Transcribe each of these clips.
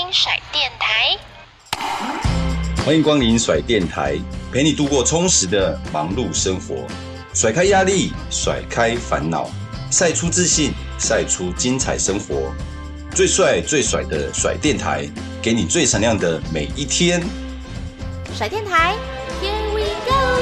甩电台。 欢迎光临甩电台，陪你度过充实的忙碌生活，甩开压力，甩开烦恼，晒出自信，晒出精彩生活。最帅最甩的甩电台，给你最闪亮的每一天。 甩电台 ，Here we go！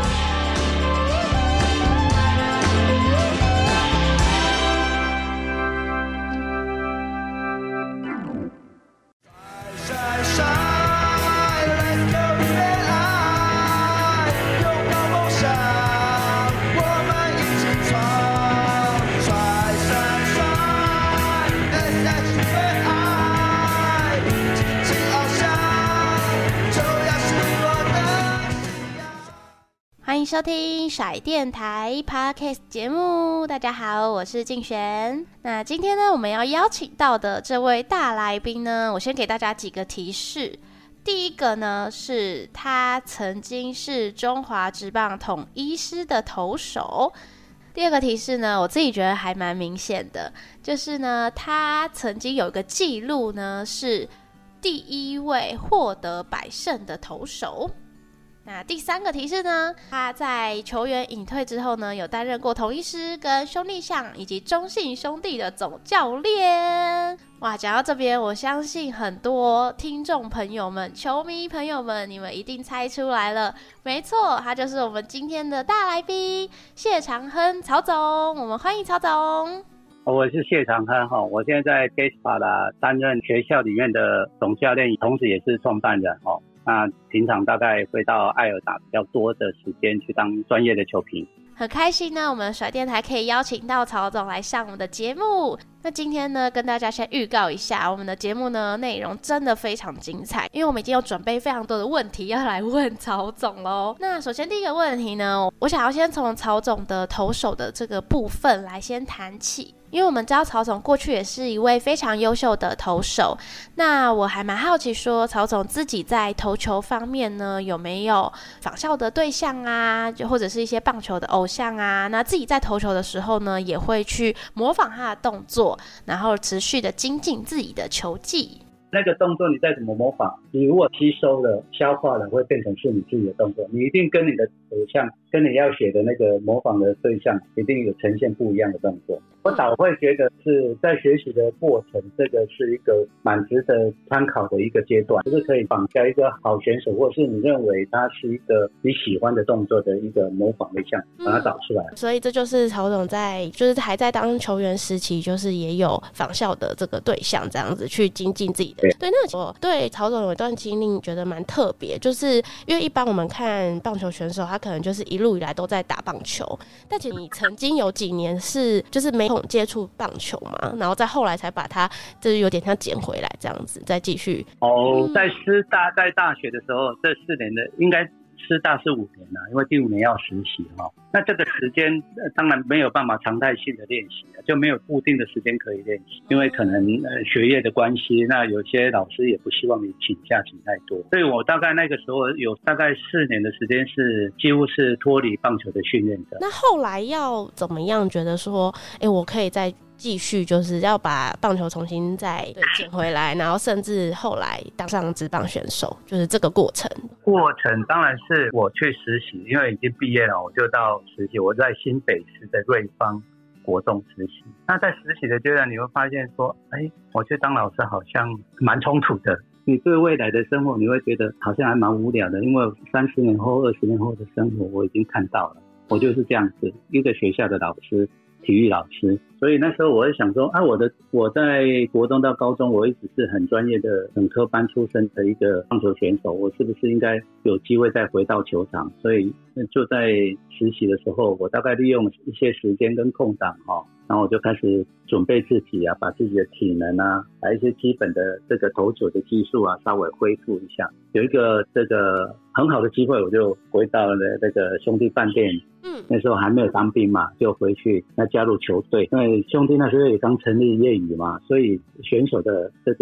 欢迎收听甩电台 Podcast 节目，大家好，我是静璇。那今天呢，我们要邀请到的这位大来宾呢，我先给大家几个提示。第一个呢，是他曾经是中华职棒统一师的投手。第二个提示呢，我自己觉得还蛮明显的，就是呢，他曾经有一个记录呢，是第一位获得100胜的投手。那第三个提示呢，他在球员隐退之后呢，有担任过统一师跟兄弟象以及中信兄弟的总教练。哇，讲到这边，我相信很多听众朋友们、球迷朋友们，你们一定猜出来了。没错，他就是我们今天的大来宾谢长亨曹总，我们欢迎曹总。 我是谢长亨，我现在在 Gaspar 担任学校里面的总教练，同时也是创办人。那平常大概会到爱尔达比较多的时间去当专业的球评。 很开心呢，我们甩电台可以邀请到曹总来上我们的节目。那今天呢，跟大家先预告一下，我们的节目呢内容真的非常精彩，因为我们已经有准备非常多的问题要来问曹总咯。那首先第一个问题呢，我想要先从曹总的投手的这个部分来先谈起。因为我们知道曹总过去也是一位非常优秀的投手，那我还蛮好奇说，曹总自己在投球方面呢，有没有仿效的对象啊，就或者是一些棒球的偶像啊？那自己在投球的时候呢，也会去模仿他的动作，然后持续的精进自己的球技。 那个动作你再怎么模仿，你如果吸收了、消化了，会变成是你自己的动作。你一定跟你的偶像、跟你要学的那个模仿的对象，一定有呈现不一样的动作。我倒会觉得是在学习的过程，这个是一个蛮值得参考的一个阶段，就是可以仿效一个好选手，或是你认为他是一个你喜欢的动作的一个模仿对象，把它找出来。 所以这就是曹总在就是还在当球员时期，就是也有仿效的这个对象，这样子去精进自己的。对，那我对曹总有一段经历觉得蛮特别，就是因为一般我们看棒球选手，他可能就是一路以来都在打棒球，但其实你曾经有几年是就是没有接触棒球嘛，然后再后来才把它就是有点像捡回来这样子，再继续。 在师大在大学的时候，这4年的应该师大是5年了，因为第5年要实习那这个时间当然没有办法常态性的练习，就没有固定的时间可以练习，因为可能学业的关系，那有些老师也不希望你请假请太多，所以我大概那个时候有大概4年的时间是几乎是脱离棒球的训练者。 那后来要怎么样觉得说我可以再继续就是要把棒球重新再捡回来，然后甚至后来当上职棒选手，就是这个过程当然是我去实习，因为已经毕业了，我就到实习，我在新北市的瑞芳国中实习。那在实习的阶段，你会发现说我去当老师好像蛮冲突的，你对未来的生活你会觉得好像还蛮无聊的，因为30年后20年后的生活我已经看到了，我就是这样子一个学校的老师，体育老师。所以那时候我会想说我在国中到高中我一直是很专业的本科班出身的一个棒球选手，我是不是应该有机会再回到球场？所以就在实习的时候，我大概利用一些时间跟空档然后我就开始准备自己把自己的体能把一些基本的这个投球的技术稍微恢复一下。有一个这个很好的机会，我就回到了那个兄弟饭店，那时候还没有当兵嘛，就回去加入球队，因为兄弟那时候也刚成立业余嘛，所以选手的这个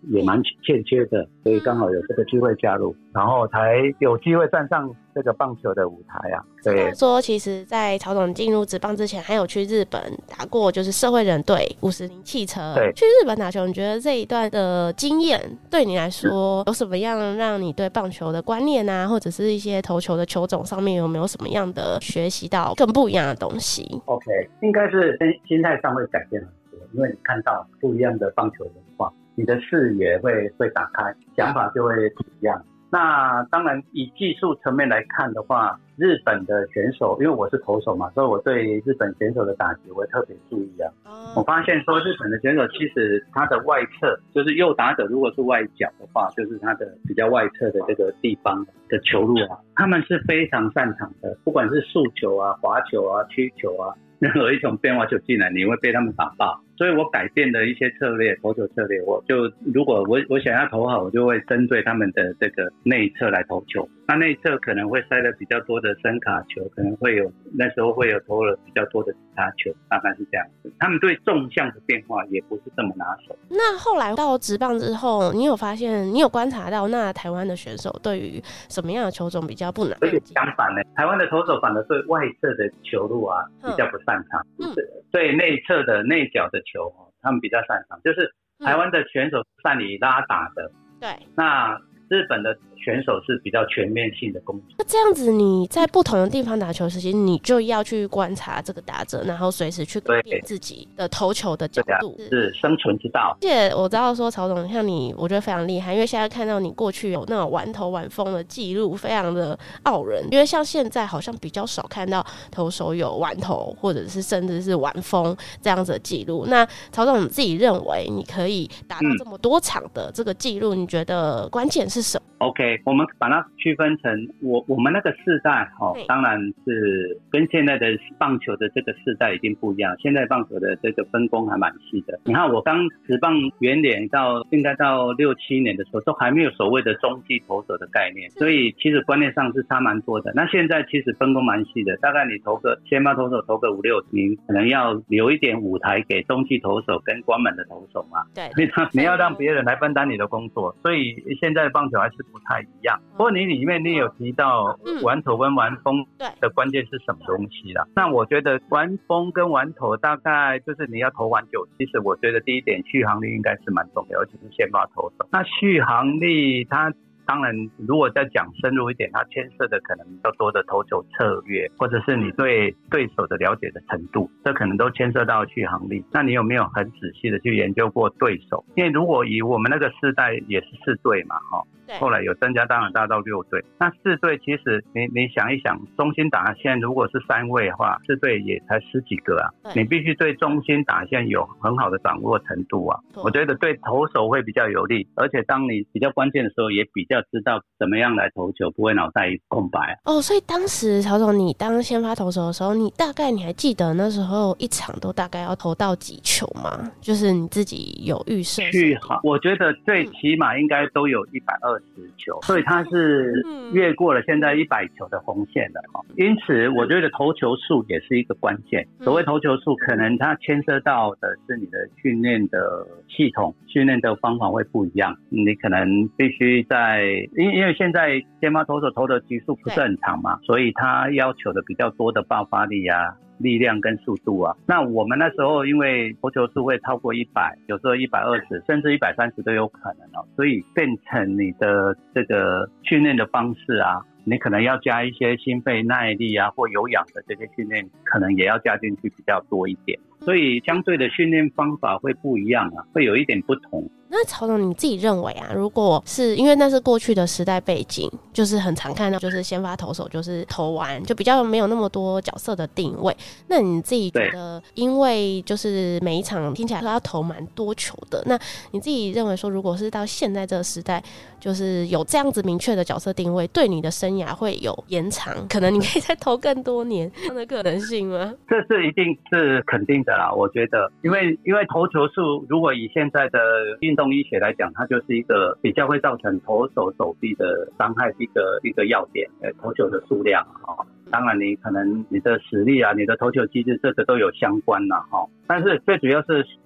也蛮欠缺的，所以刚好有这个机会加入，然后才有机会站上这个棒球的舞台啊。对， 说其实在曹总进入职棒之前还有去日本打过就是社会人队50-0汽车。 对， 去日本打球，你觉得这一段的经验对你来说有什么样让你对棒球的观念啊，或者是一些投球的球种上面有没有什么样的学习到更不一样的东西？ OK， 应该是心态上会改变很多，因为你看到不一样的棒球文化，你的视野会打开，想法就会不一样。那当然以技术层面来看的话，日本的选手，因为我是投手嘛，所以我对日本选手的打击我会特别注意啊。我发现说日本的选手其实他的外侧，就是右打者如果是外角的话，就是他的比较外侧的这个地方的球路啊，他们是非常擅长的，不管是速球啊、滑球啊、曲球啊，任何一种变化球进来，你会被他们打爆。所以我改变了一些策略，投球策略，我就如果我想要投好，我就会针对他们的这个内侧来投球。那内侧可能会塞了比较多的伸卡球，可能会有那时候会有投了比较多的其他球，大概是这样子。他们对纵向的变化也不是这么拿手。 那后来到职棒之后，你有发现，你有观察到，那台湾的选手对于什么样的球种比较不难？ 而且相反呢，台湾的投手反而对外侧的球路啊比较不擅长，对内侧的内角的球他们比较擅长，就是台湾的选手善于拉打的， 对， 那日本的选手是比较全面性的攻击。 那这样子你在不同的地方打球时期，你就要去观察这个打者，然后随时去改变自己的投球的角度， 是生存之道。 而且我知道说曹总像你，我觉得非常厉害，因为现在看到你过去有那种玩投玩疯的记录，非常的傲人。因为像现在好像比较少看到投手有玩投或者是甚至是玩疯这样子的记录。那曹总你自己认为你可以达到这么多场的这个记录，你觉得关键是什么？ OK， 我们把它区分成我们那个世代当然是跟现在的棒球的这个世代已经不一样。现在棒球的这个分工还蛮细的。你看我刚职棒元年应该到6、7年的时候，都还没有所谓的中继投手的概念，所以其实观念上是差蛮多的。那现在其实分工蛮细的，大概你投个先发投手投个5、6，你可能要留一点舞台给中继投手跟关门的投手嘛。 对， 你要让别人来分担你的工作，所以现在的棒球还是不太一样。不过你里面你有提到玩投跟玩疯的关键是什么东西啦？那我觉得玩疯跟玩投大概就是你要投完久，其实我觉得第一点续航力应该是蛮重要，尤其是先发投手。那续航力它当然如果再讲深入一点，它牵涉的可能比较多的投球策略，或者是你对对手的了解的程度，这可能都牵涉到续航力。那你有没有很仔细的去研究过对手？因为如果以我们那个世代也是4队嘛后来有增加，当然大到6队。那4队其实你想一想，中心打线如果是3位的话，4队也才10几个啊。你必须对中心打线有很好的掌握程度啊。我觉得对投手会比较有利，而且当你比较关键的时候，也比较知道怎么样来投球，不会脑袋一空白。 所以当时曹总你当先发投手的时候，你还记得那时候一场都大概要投到几球吗？就是你自己有预设？ 我觉得最起码应该都有120球，所以它是越过了现在100球的红线了。因此我觉得投球数也是一个关键。所谓投球数，可能它牵涉到的是你的训练的系统，训练的方法会不一样。你可能必须因为现在先发投手投的局数不是很长嘛，所以他要求的比较多的爆发力啊、力量跟速度啊。那我们那时候因为投球数会超过100，有时候120甚至130都有可能所以变成你的这个训练的方式啊，你可能要加一些心肺耐力啊或有氧的这些训练，可能也要加进去比较多一点。所以相对的训练方法会不一样啊，会有一点不同。 那曹总你自己认为啊，如果是因为那是过去的时代背景，就是很常看到就是先发投手就是投完就比较没有那么多角色的定位，那你自己觉得因为就是每一场听起来都要投蛮多球的，那你自己认为说如果是到现在这个时代就是有这样子明确的角色定位，对你的生涯会有延长，可能你可以再投更多年这样的可能性吗？ 这是一定是肯定的啦，我觉得因为投球数如果以现在的运动医学来讲，它就是一个比较会造成投手手臂的伤害一个要点，投球的数量当然你可能你的实力啊、你的投球机制这个都有相关啦但是最主要是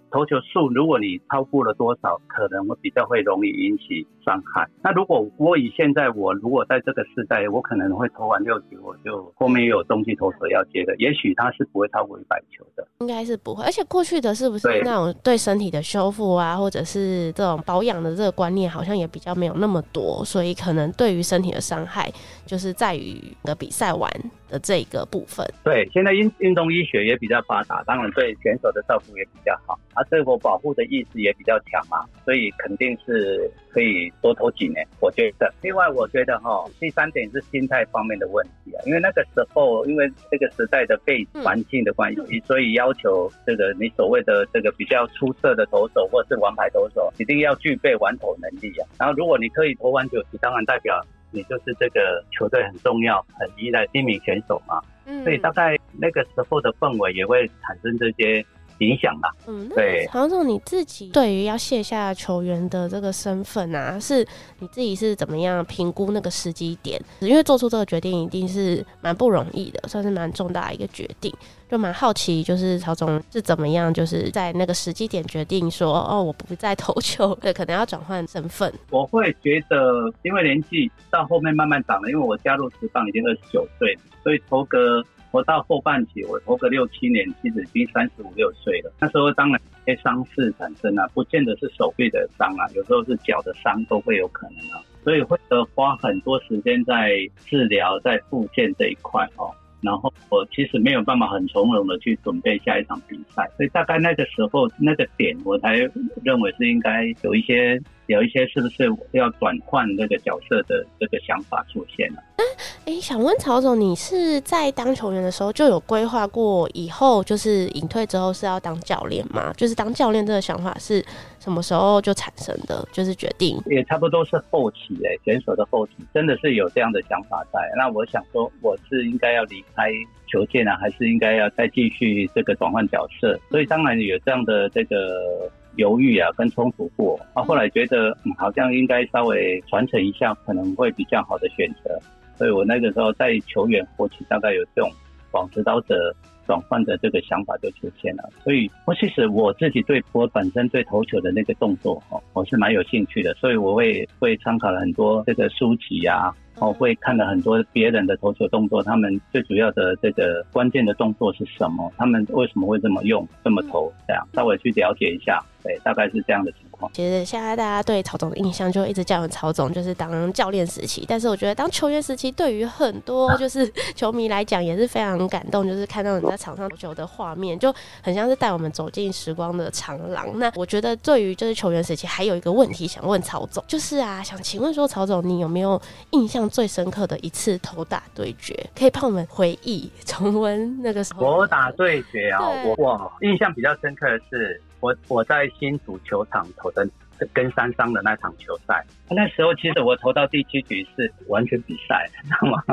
投球数，如果你超过了多少，可能比较会容易引起伤害。那如果我以现在我如果在这个世代，我可能会投完6局，我就后面又有中继投手要接的，也许他是不会超过100球的， 应该是不会。而且过去的是不是那种对身体的修复啊，或者是这种保养的这个观念，好像也比较没有那么多，所以可能对于身体的伤害，就是在于比赛完的这个部分。 对，现在运动医学也比较发达，当然对选手的照顾也比较好，自我保护的意识也比较强嘛，所以肯定是可以多投几年，我觉得。另外我觉得第3点是心态方面的问题啊，因为那个时候因为这个时代的背景环境的关系，所以要求这个你所谓的这个比较出色的投手或是王牌投手一定要具备完投能力啊，然后如果你可以投完9局，当然代表你就是这个球队很重要很依赖第1名选手嘛，所以大概那个时候的氛围也会产生这些影响啦。对。 曹总，你自己对于要卸下球员的这个身份啊，是你自己是怎么样评估那个时机点？因为做出这个决定一定是蛮不容易的，算是蛮重大的一个决定。就蛮好奇，就是曹总是怎么样，就是在那个时机点决定说，我不再投球，对，可能要转换身份。 我会觉得，因为年纪到后面慢慢长了，因为我加入职棒已经29岁了，所以我到后半期，我投个6、7年，其实已经35、6岁了。那时候当然一些伤势产生啊，不见得是手臂的伤啊，有时候是脚的伤都会有可能啊，所以会花很多时间在治疗、在复健这一块然后我其实没有办法很从容的去准备下一场比赛，所以大概那个时候那个点，我才认为是应该有一些是不是要转换那个角色的这个想法出现了。 想问曹总，你是在当球员的时候就有规划过以后就是隐退之后是要当教练吗？就是当教练这个想法是什么时候就产生的？就是决定也差不多是后期选手的后期，真的是有这样的想法在。那我想说，我是应该要离开球界呢，还是应该要再继续这个转换角色？所以当然有这样的这个犹豫啊跟冲突过后来觉得好像应该稍微传承一下，可能会比较好的选择。所以我那个时候在球员后期大概有这种往指导者转换的这个想法就出现了。所以其实我自己我本身对投球的那个动作我是蛮有兴趣的，所以我会参考了很多这个书籍啊，会看了很多别人的投球动作，他们最主要的这个关键的动作是什么，他们为什么会这么用这么投，这样稍微去了解一下。对，大概是这样的情况。 其实现在大家对曹总的印象就一直叫曹总就是当教练时期，但是我觉得当球员时期对于很多就是球迷来讲也是非常感动，就是看到你在场上投球的画面，就很像是带我们走进时光的长廊。那我觉得对于就是球员时期还有一个问题想问曹总，就是想请问说曹总你有没有印象最深刻的一次投打对决，可以帮我们回忆重温那个时候投打对决我印象比较深刻的是我在新竹球场投的跟三商的那场球赛，那时候其实我投到第7局是完全比赛，知道吗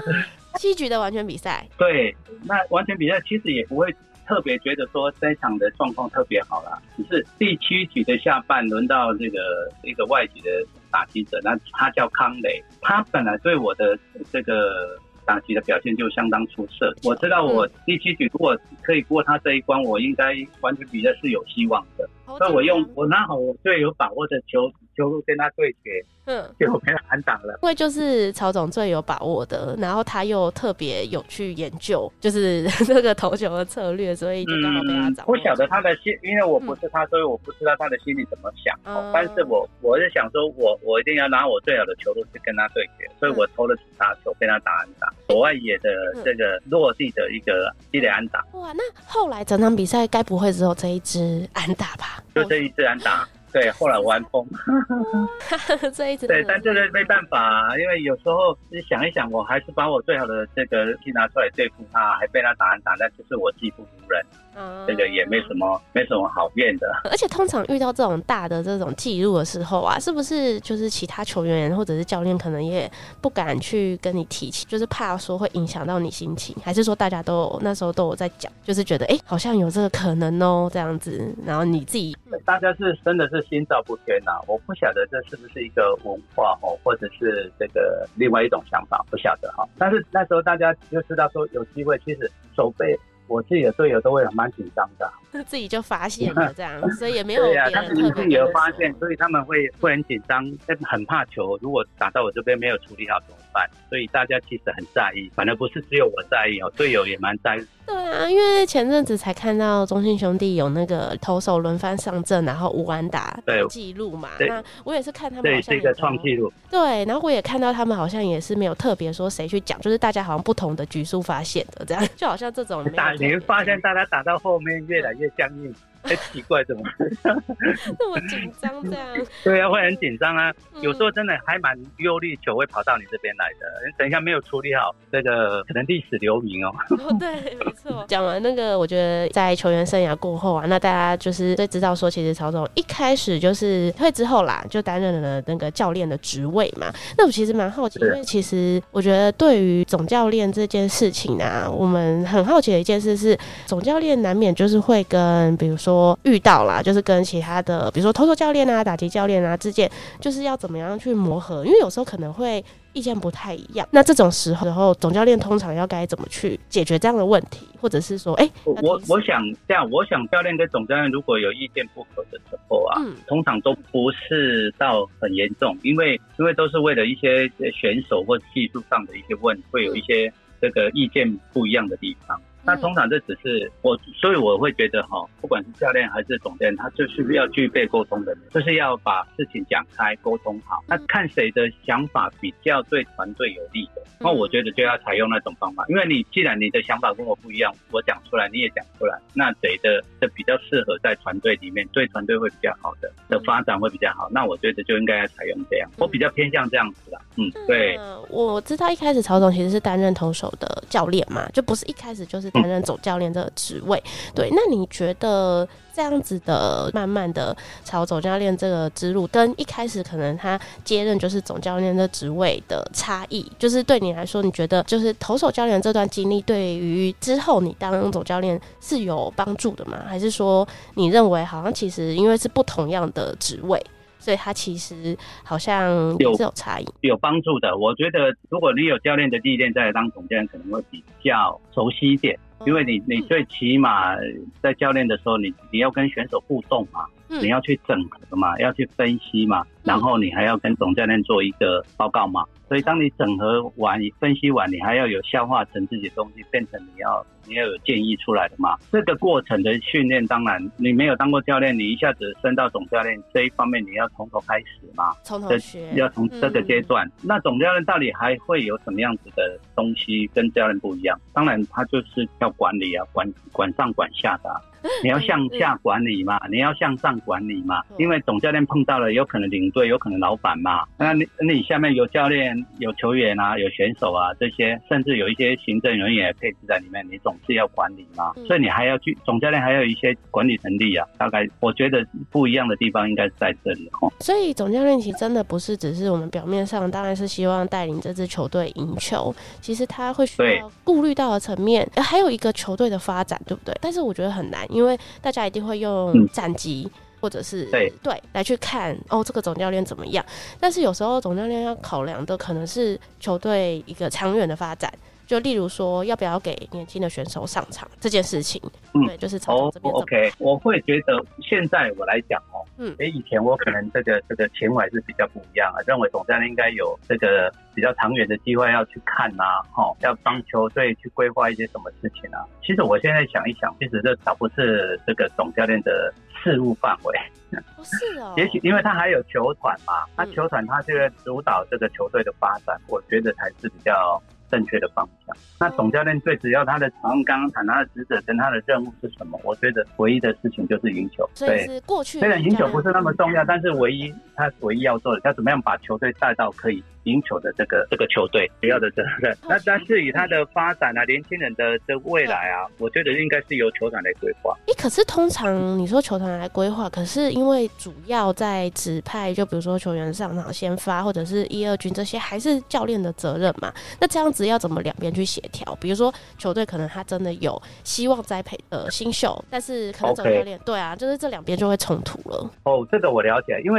？7局的完全比赛。 对，那完全比赛其实也不会特别觉得说这一场的状况特别好啦，只是第7局的下半轮到这个一个外籍的打击者，那他叫康磊，他本来对我的这个打击的表现就相当出色，我知道我第7局如果可以过他这一关，我应该完全比赛是有希望的，所以我拿好我最有把握的球路跟他对决，结果被他安打了。 因为就是曹总最有把握的，然后他又特别有去研究就是这个投球的策略，所以就刚好被他掌握。 不晓得他的心，因为我不是他，所以我不知道他的心里怎么想。但是我是想说我一定要拿我最好的球路去跟他对决，所以我投了几打球被他打安打，左外野的这个落地的一个积累安打。 哇，那后来整场比赛该不会只有这一支安打吧？ 就这一支安打。对，后来玩疯这一支对，但这个没办法因为有时候想一想，我还是把我最好的这个去拿出来对付他，还被他打安打，那就是我技不如人，这个也没什么好怨的。 而且通常遇到这种大的这种记录的时候啊，是不是就是其他球员或者是教练可能也不敢去跟你提起，就是怕说会影响到你心情，还是说大家那时候都有在讲，就是觉得好像有这个可能这样子，然后你自己大家是真的是心照不宣啊，我不晓得这是不是一个文化或者是这个另外一种想法，不晓得但是那时候大家就知道说有机会，其实守备我自己的队友都会蛮紧张的， 自己就发现了这样，所以也没有别对啊，他们人特别自己有发说现，所以他们会很紧张，很怕球，如果打到我这边没有处理好怎么办？所以大家其实很在意，反而不是只有我在意哦，队友也蛮在意。 对啊，因为前阵子才看到中信兄弟有那个投手轮番上阵，然后无安打记录嘛。那我也是看他们好像是一个创纪录。 对，然后我也看到他们好像也是没有特别说谁去讲，就是大家好像不同的局数发现的，这样就好像这种你会发现大家打到后面越来越僵硬。很奇怪，怎么那么紧张这样？ 对啊，会很紧张啊。有时候真的还蛮忧虑，球会跑到你这边来的。等一下没有处理好，这个可能历史留名哦。 对，没错。讲完那个，我觉得在球员生涯过后啊，那大家就是最知道说，其实曹总一开始就是退之后啦，就担任了那个教练的职位嘛。那我其实蛮好奇，因为其实我觉得对于总教练这件事情啊，我们很好奇的一件事是，总教练难免就是会跟比如说遇到啦，就是跟其他的比如说投手教练啊、打击教练啊之间，就是要怎么样去磨合，因为有时候可能会意见不太一样。那这种时候总教练通常要该怎么去解决这样的问题，或者是说我想这样，我想教练跟总教练如果有意见不合的时候啊，通常都不是到很严重，因为都是为了一些选手或技术上的一些问题，会有一些这个意见不一样的地方。那通常这只是所以我会觉得不管是教练还是总教练，他就是要具备沟通的人，就是要把事情讲开，沟通好。那看谁的想法比较对团队有利的，那我觉得就要采用那种方法。因为既然你的想法跟我不一样，我讲出来，你也讲出来，那谁的比较适合在团队里面，对团队会比较好的发展会比较好。那我觉得就应该要采用这样，我比较偏向这样子啦。对。 我知道一开始曹总其实是担任投手的教练嘛，就不是一开始就是担任总教练这个职位。对，那你觉得这样子的慢慢的朝总教练这个之路，跟一开始可能他接任就是总教练的职位的差异，就是对你来说，你觉得就是投手教练这段经历对于之后你当总教练是有帮助的吗？还是说你认为好像其实因为是不同样的职位，所以他其实好像也是有差异， 有帮助的。我觉得如果你有教练的历练，再来当总教练可能会比较熟悉一点，因为你最起码在教练的时候，你要跟选手互动嘛，你要去整合嘛，要去分析嘛，然后你还要跟总教练做一个报告嘛。所以当你整合完、分析完，你还要有消化成自己的东西，变成你要有建议出来的嘛。这个过程的训练，当然你没有当过教练，你一下子升到总教练这一方面，你要从头开始嘛， 从头学， 要从这个阶段。那总教练到底还会有什么样子的东西跟教练不一样？当然，他就是要管理啊，管上管下的你要向下管理嘛，你要向上管理嘛。因为总教练碰到了，有可能领队，有可能老板嘛。那你下面有教练、有球员啊、有选手啊，这些甚至有一些行政人员也配置在里面，你总是要管理嘛。所以你还要总教练还有一些管理能力啊。大概我觉得不一样的地方应该是在这里。 所以总教练其实真的不是只是我们表面上当然是希望带领这支球队赢球，其实他会需要顾虑到的层面，还有一个球队的发展，对不对？但是我觉得很难，因为大家一定会用战绩或者是对来去看这个总教练怎么样，但是有时候总教练要考量的可能是球队一个长远的发展，就例如说要不要给年轻的选手上场这件事情。对，就是曹总这边 OK， 我会觉得现在我来讲以前我可能这个情怀是比较不一样啊，认为总教练应该有这个比较长远的机会要去看啊，要帮球队去规划一些什么事情啊。其实我现在想一想，其实这倒不是这个总教练的事务范围。 是哦， 也许因为他还有球团嘛，他球团他就会主导这个球队的发展，我觉得才是比较正确的方向。那总教练最主要他的刚刚谈他的职责跟他的任务是什么？我觉得唯一的事情就是赢球。 所以是过去虽然赢球不是那么重要，但是他唯一要做的，要怎么样把球队带到可以赢球的这个球队主要的责任。那至于他的发展啊，年轻人的未来啊，我觉得应该是由球团来规划。 可是通常你说球团来规划，可是因为主要在指派，就比如说球员上场先发或者是1、2军这些，还是教练的责任嘛。那这样子要怎么两边去协调？比如说球队可能他真的有希望栽培的新秀，但是可能总教练对啊，就是这两边就会冲突了。 这个我了解，因为现在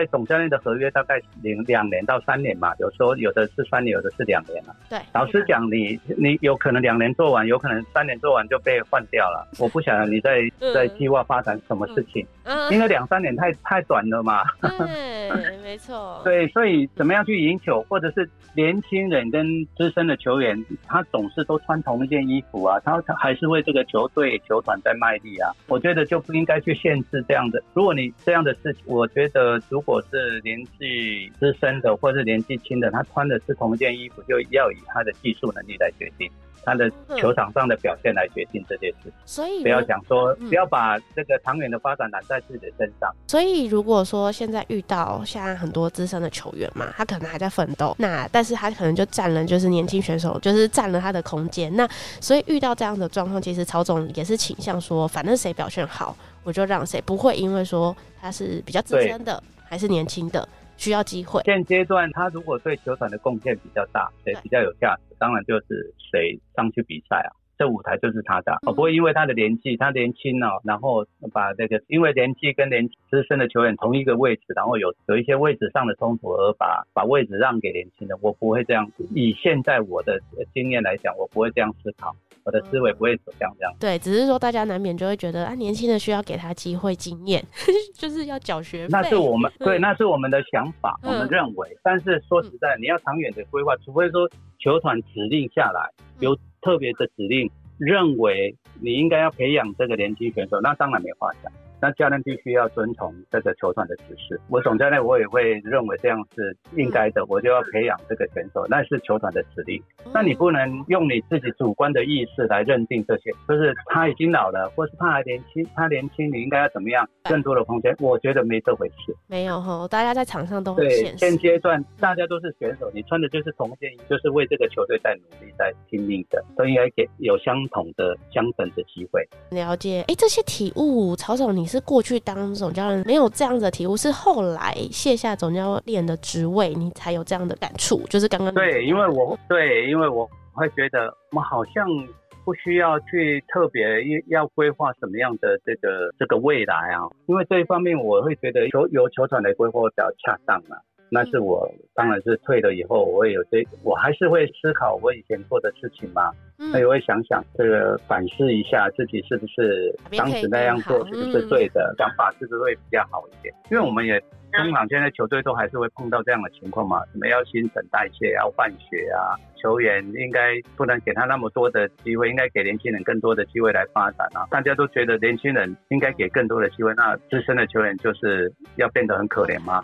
总教练的合约大概2年到3年嘛，有时候有的是3年，有的是2年啊。 对， 老实讲，你有可能2年做完，有可能3年做完就被换掉了。我不晓得你在计划发展什么事情，因为2-3年太短了嘛。 对，没错。 对，所以怎么样去赢球，或者是年轻人跟资深的球员，他总是都穿同一件衣服啊，他还是为这个球队球团在卖力啊。我觉得就不应该去限制这样的。如果你这样的事情，我觉得如果是年纪资深的或是年纪轻的，他穿的是同一件衣服，就要以他的技术能力来决定，他的球场上的表现来决定这件事。 所以不要讲说，不要把这个长远的发展揽在自己的身上。 所以如果说现在遇到现在很多资深的球员嘛，他可能还在奋斗，但是他可能就占了就是年轻选手就是占了他的空间。那所以遇到这样的状况，其实曹总也是倾向说，反正谁表现好我就让谁，不会因为说他是比较资深的还是年轻的需要机会。 现阶段他如果对球团的贡献比较大，谁比较有价值，当然就是谁上去比赛啊，这舞台就是他的，不会因为他的年纪，他年轻哦，然后把这个因为年纪跟资深的球员同一个位置，然后有一些位置上的冲突而把位置让给年轻人，我不会这样。以现在我的经验来讲，我不会这样思考，我的思维不会走这样。 对，只是说大家难免就会觉得年轻人需要给他机会经验，就是要缴学费。 那是我们对，那是我们的想法，我们认为。但是说实在，你要长远的规划，除非说球团指令下来有特别的指令，认为你应该要培养这个年轻选手，那当然没话讲。那教练必须要遵从这个球团的指示。我总教练我也会认为这样是应该的，我就要培养这个选手，那是球团的指令。那你不能用你自己主观的意识来认定这些，就是他已经老了，或是他还年轻，你应该要怎么样，更多的空间，我觉得没这回事。 没有齁，大家在场上都很现实。 对，现阶段大家都是选手，你穿的就是同件衣服，就是为这个球队在努力，在拼命的，都应该给有相同的相等的机会。 了解。这些体悟，曹总你是过去当总教练没有这样子的体悟，是后来卸下总教练的职位你才有这样的感触，就是刚刚对，因为我会觉得我们好像不需要去特别要规划什么样的这个未来啊，因为这一方面我会觉得由球团来规划比较恰当啊。那是我当然是退了以后，我还是会思考我以前做的事情嘛，那也会想想这个反思一下自己是不是当时那样做是不是对的，想法是不是会比较好一点。因为我们也通常现在球队都还是会碰到这样的情况嘛，什么要新陈代谢啊，要换血啊，球员应该不能给他那么多的机会，应该给年轻人更多的机会来发展啊。大家都觉得年轻人应该给更多的机会，那资深的球员就是要变得很可怜吗？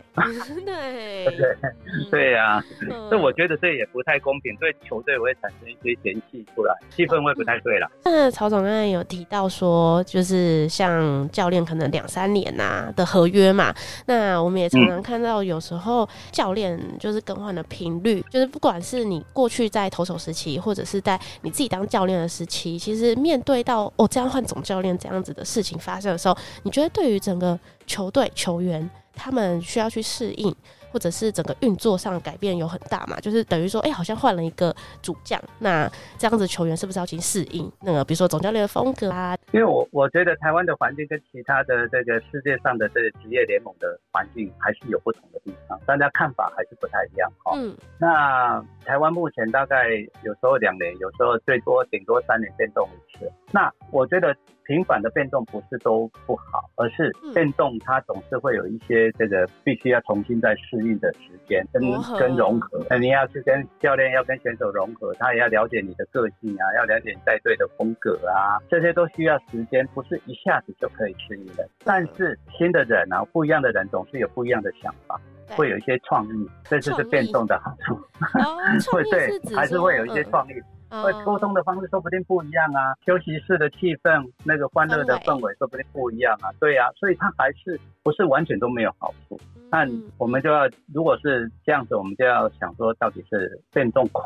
对啊，所以我觉得这也不太公平，对球队会产生一些嫌弃出来，气氛会不太对啦。 那曹总刚才有提到说，就是像教练可能2-3年的合约嘛，那我们也常常看到有时候教练就是更换的频率，就是不管是你过去在投手时期，或者是在你自己当教练的时期，其实面对到这样换总教练这样子的事情发生的时候，你觉得对于整个球队球员他们需要去适应，或者是整个运作上的改变有很大嘛？就是等于说好像换了一个主将，那这样子球员是不是要去适应那个比如说总教练的风格啊？因为我觉得台湾的环境跟其他的这个世界上的这个职业联盟的环境还是有不同的地方，大家看法还是不太一样。那台湾目前大概有时候2年，有时候最多顶多3年变动一次。那我觉得频繁的变动不是都不好，而是变动它总是会有一些这个必须要重新再适应的时间跟融合。你要去跟教练要跟选手融合，他也要了解你的个性啊，要了解你带队的风格啊，这些都需要时间，不是一下子就可以适应的。但是新的人啊，不一样的人总是有不一样的想法，会有一些创意，这就是变动的好处。会对，还是会有一些创意。会沟通的方式说不定不一样啊，休息室的气氛，那个欢乐的氛围说不定不一样啊，对啊，所以它还是不是完全都没有好处。但我们就要，如果是这样子，我们就要想说，到底是变动快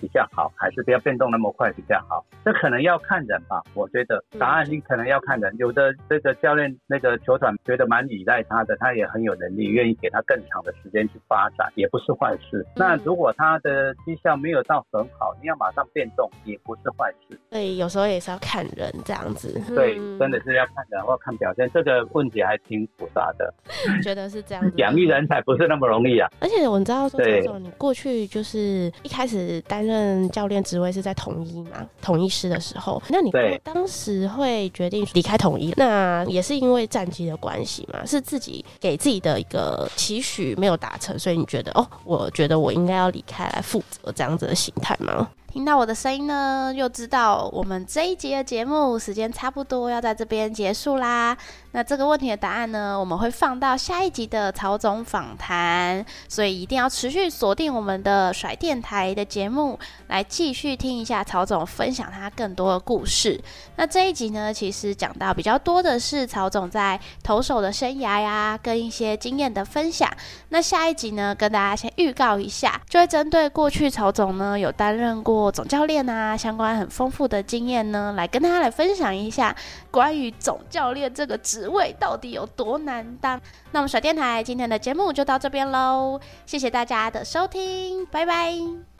比较好，还是不要变动那么快比较好？这可能要看人吧，我觉得答案你可能要看人。有的这个教练那个球团觉得蛮依赖他的，他也很有能力，愿意给他更长的时间去发展，也不是坏事。那如果他的绩效没有到很好，你要马上变动，也不是坏事。 对，有时候也是要看人这样子。 对，真的是要看人或看表现，这个问题还挺复杂的。 觉得是这样子， 养育人才不是那么容易啊。 而且我知道说，曹总，你过去就是一开始担任教练职位是在统一嘛，统一师的时候，那你当时会决定离开统一，那也是因为战绩的关系嘛？是自己给自己的一个期许没有达成，所以你觉得我觉得我应该要离开来负责这样子的心态吗？听到我的声音呢，又知道我们这一集的节目时间差不多要在这边结束啦。那这个问题的答案呢，我们会放到下一集的曹总访谈，所以一定要持续锁定我们的甩电台的节目，来继续听一下曹总分享他更多的故事。那这一集呢，其实讲到比较多的是曹总在投手的生涯呀，跟一些经验的分享。那下一集呢，跟大家先预告一下，就会针对过去曹总呢有担任过总教练啊，相关很丰富的经验呢，来跟大家来分享一下关于总教练这个职位到底有多难当。那我们甩电台今天的节目就到这边咯，谢谢大家的收听，拜拜。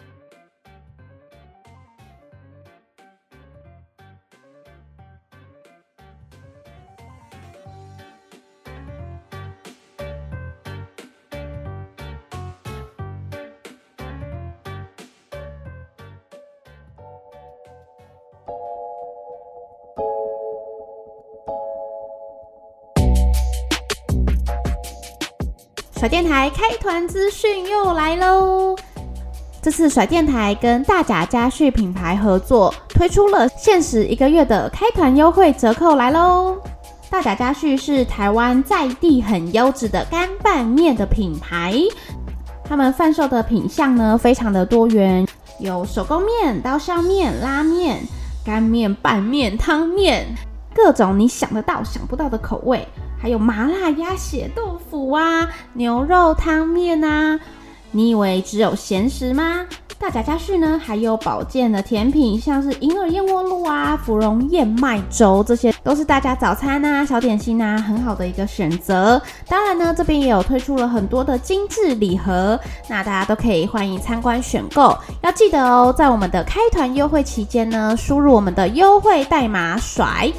甩电台开团资讯又来咯，这次甩电台跟大甲家畜品牌合作，推出了限时1个月的开团优惠折扣来咯。大甲家畜是台湾在地很优质的干拌面的品牌，他们贩售的品项呢非常的多元，有手工面、刀削面、拉面、干面、拌面、汤面，各种你想得到想不到的口味，还有麻辣鸭血豆腐啊、牛肉汤面啊。你以为只有咸食吗？大甲家畜呢还有保健的甜品，像是银耳燕窝露啊、芙蓉燕麦粥，这些都是大家早餐啊、小点心啊很好的一个选择。当然呢，这边也有推出了很多的精致礼盒，那大家都可以欢迎参观选购。要记得哦，在我们的开团优惠期间呢，输入我们的优惠代码甩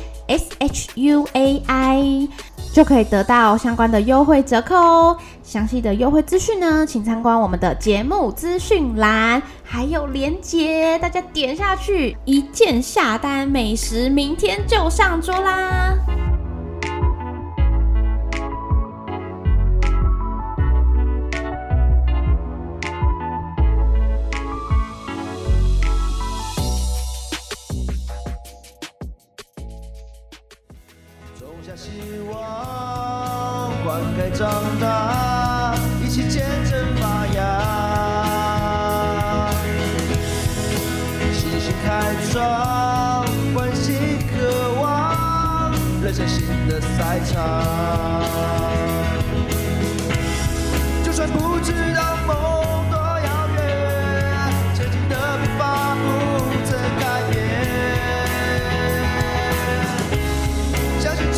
SHUAI 就可以得到相关的优惠折扣哦。详细的优惠资讯呢，请参观我们的节目资讯栏，还有连结，大家点下去，一键下单，美食明天就上桌啦！ 希望灌溉长大，一起见证发芽，信心开创，欢喜渴望，人生新的赛场。就算不知道梦多遥远，前进的步伐不曾改变，相信只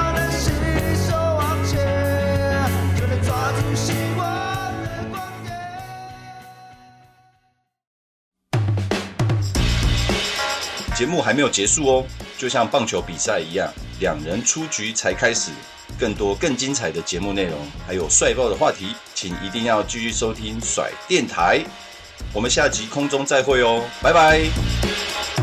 节目还没有结束哦，就像棒球比赛一样，2人出局才开始。更多更精彩的节目内容，还有帅爆的话题，请一定要继续收听甩电台。我们下集空中再会哦，拜拜。